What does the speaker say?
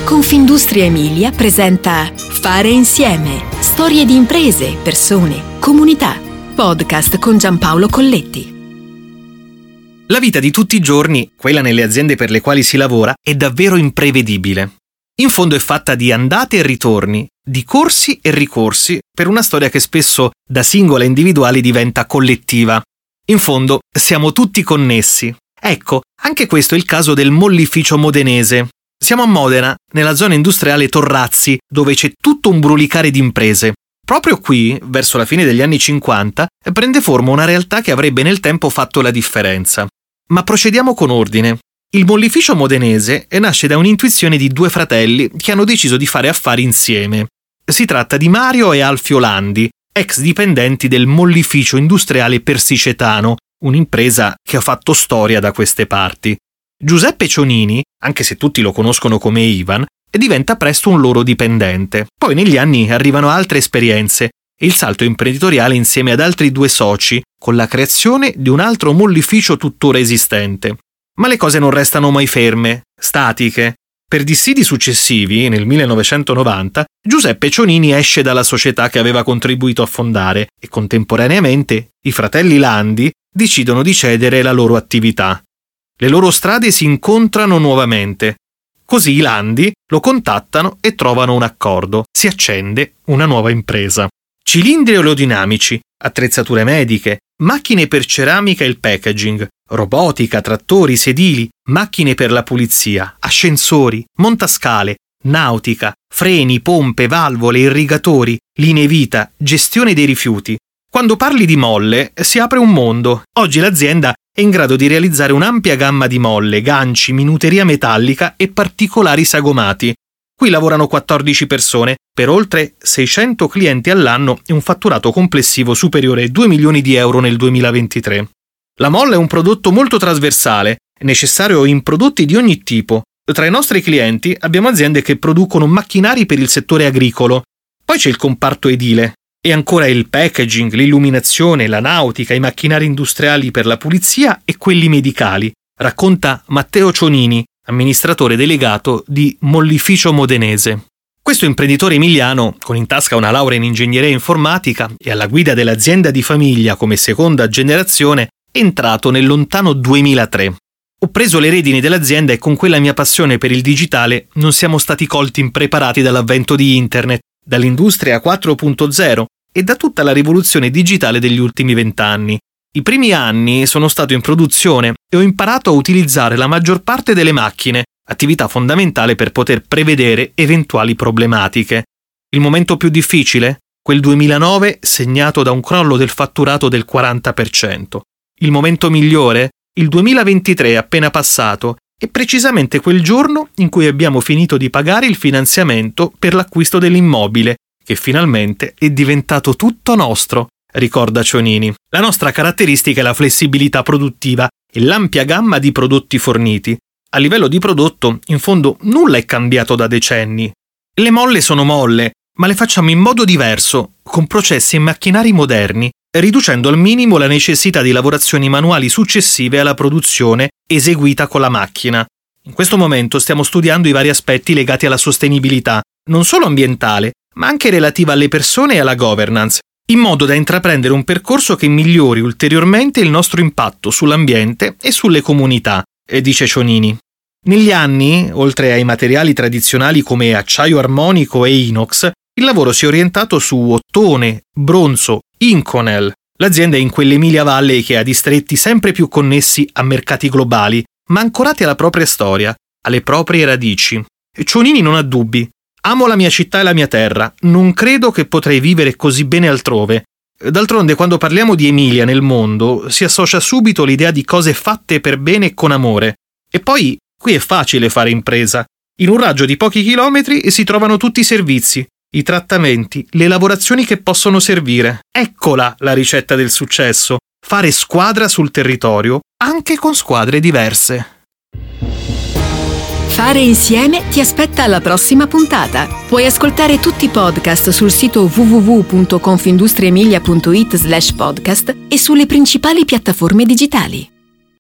Confindustria Emilia presenta Fare Insieme. Storie di imprese, persone, comunità. Podcast con Giampaolo Colletti. La vita di tutti i giorni, quella nelle aziende per le quali si lavora, è davvero imprevedibile. In fondo è fatta di andate e ritorni, di corsi e ricorsi, per una storia che spesso da singola e individuale diventa collettiva. In fondo siamo tutti connessi. Ecco, anche questo è il caso del mollificio modenese. Siamo a Modena, nella zona industriale Torrazzi, dove c'è tutto un brulicare di imprese. Proprio qui, verso la fine degli anni 50, prende forma una realtà che avrebbe nel tempo fatto la differenza. Ma procediamo con ordine. Il mollificio modenese nasce da un'intuizione di due fratelli che hanno deciso di fare affari insieme. Si tratta di Mario e Alfio Landi, ex dipendenti del mollificio industriale persicetano, un'impresa che ha fatto storia da queste parti. Giuseppe Cionini, anche se tutti lo conoscono come Ivan, diventa presto un loro dipendente. Poi negli anni arrivano altre esperienze e il salto imprenditoriale insieme ad altri due soci, con la creazione di un altro mollificio tuttora esistente. Ma le cose non restano mai ferme, statiche. Per dissidi successivi, nel 1990, Giuseppe Cionini esce dalla società che aveva contribuito a fondare e contemporaneamente i fratelli Landi decidono di cedere la loro attività. Le loro strade si incontrano nuovamente. Così i Landi lo contattano e trovano un accordo. Si accende una nuova impresa. Cilindri oleodinamici, attrezzature mediche, macchine per ceramica e il packaging, robotica, trattori, sedili, macchine per la pulizia, ascensori, montascale, nautica, freni, pompe, valvole, irrigatori, linee vita, gestione dei rifiuti. Quando parli di molle si apre un mondo. Oggi l'azienda è in grado di realizzare un'ampia gamma di molle, ganci, minuteria metallica e particolari sagomati. Qui lavorano 14 persone, per oltre 600 clienti all'anno e un fatturato complessivo superiore ai 2 milioni di euro nel 2023. La molla è un prodotto molto trasversale, necessario in prodotti di ogni tipo. Tra i nostri clienti abbiamo aziende che producono macchinari per il settore agricolo. Poi c'è il comparto edile. E ancora il packaging, l'illuminazione, la nautica, i macchinari industriali per la pulizia e quelli medicali, racconta Matteo Cionini, amministratore delegato di Mollificio Modenese. Questo imprenditore emiliano, con in tasca una laurea in ingegneria informatica e alla guida dell'azienda di famiglia come seconda generazione, è entrato nel lontano 2003. Ho preso le redini dell'azienda e con quella mia passione per il digitale non siamo stati colti impreparati dall'avvento di Internet, dall'industria 4.0 e da tutta la rivoluzione digitale degli ultimi 20 anni. I primi anni sono stato in produzione e ho imparato a utilizzare la maggior parte delle macchine, attività fondamentale per poter prevedere eventuali problematiche. Il momento più difficile? Quel 2009 segnato da un crollo del fatturato del 40%. Il momento migliore? Il 2023 appena passato e precisamente quel giorno in cui abbiamo finito di pagare il finanziamento per l'acquisto dell'immobile, che finalmente è diventato tutto nostro, ricorda Cionini. La nostra caratteristica è la flessibilità produttiva e l'ampia gamma di prodotti forniti. A livello di prodotto, in fondo, nulla è cambiato da decenni. Le molle sono molle, ma le facciamo in modo diverso, con processi e macchinari moderni, riducendo al minimo la necessità di lavorazioni manuali successive alla produzione eseguita con la macchina. In questo momento stiamo studiando i vari aspetti legati alla sostenibilità, non solo ambientale, ma anche relativa alle persone e alla governance, in modo da intraprendere un percorso che migliori ulteriormente il nostro impatto sull'ambiente e sulle comunità, dice Cionini. Negli anni, oltre ai materiali tradizionali come acciaio armonico e inox, il lavoro si è orientato su ottone, bronzo, Inconel. L'azienda è in quell'Emilia Valle che ha distretti sempre più connessi a mercati globali, ma ancorati alla propria storia, alle proprie radici. Cionini non ha dubbi. Amo la mia città e la mia terra, non credo che potrei vivere così bene altrove. D'altronde quando parliamo di Emilia nel mondo si associa subito l'idea di cose fatte per bene e con amore. E poi qui è facile fare impresa. In un raggio di pochi chilometri si trovano tutti i servizi, i trattamenti, le lavorazioni che possono servire. Eccola la ricetta del successo. Fare squadra sul territorio, anche con squadre diverse. Fare Insieme ti aspetta alla prossima puntata. Puoi ascoltare tutti i podcast sul sito www.confindustriemilia.it/podcast e sulle principali piattaforme digitali.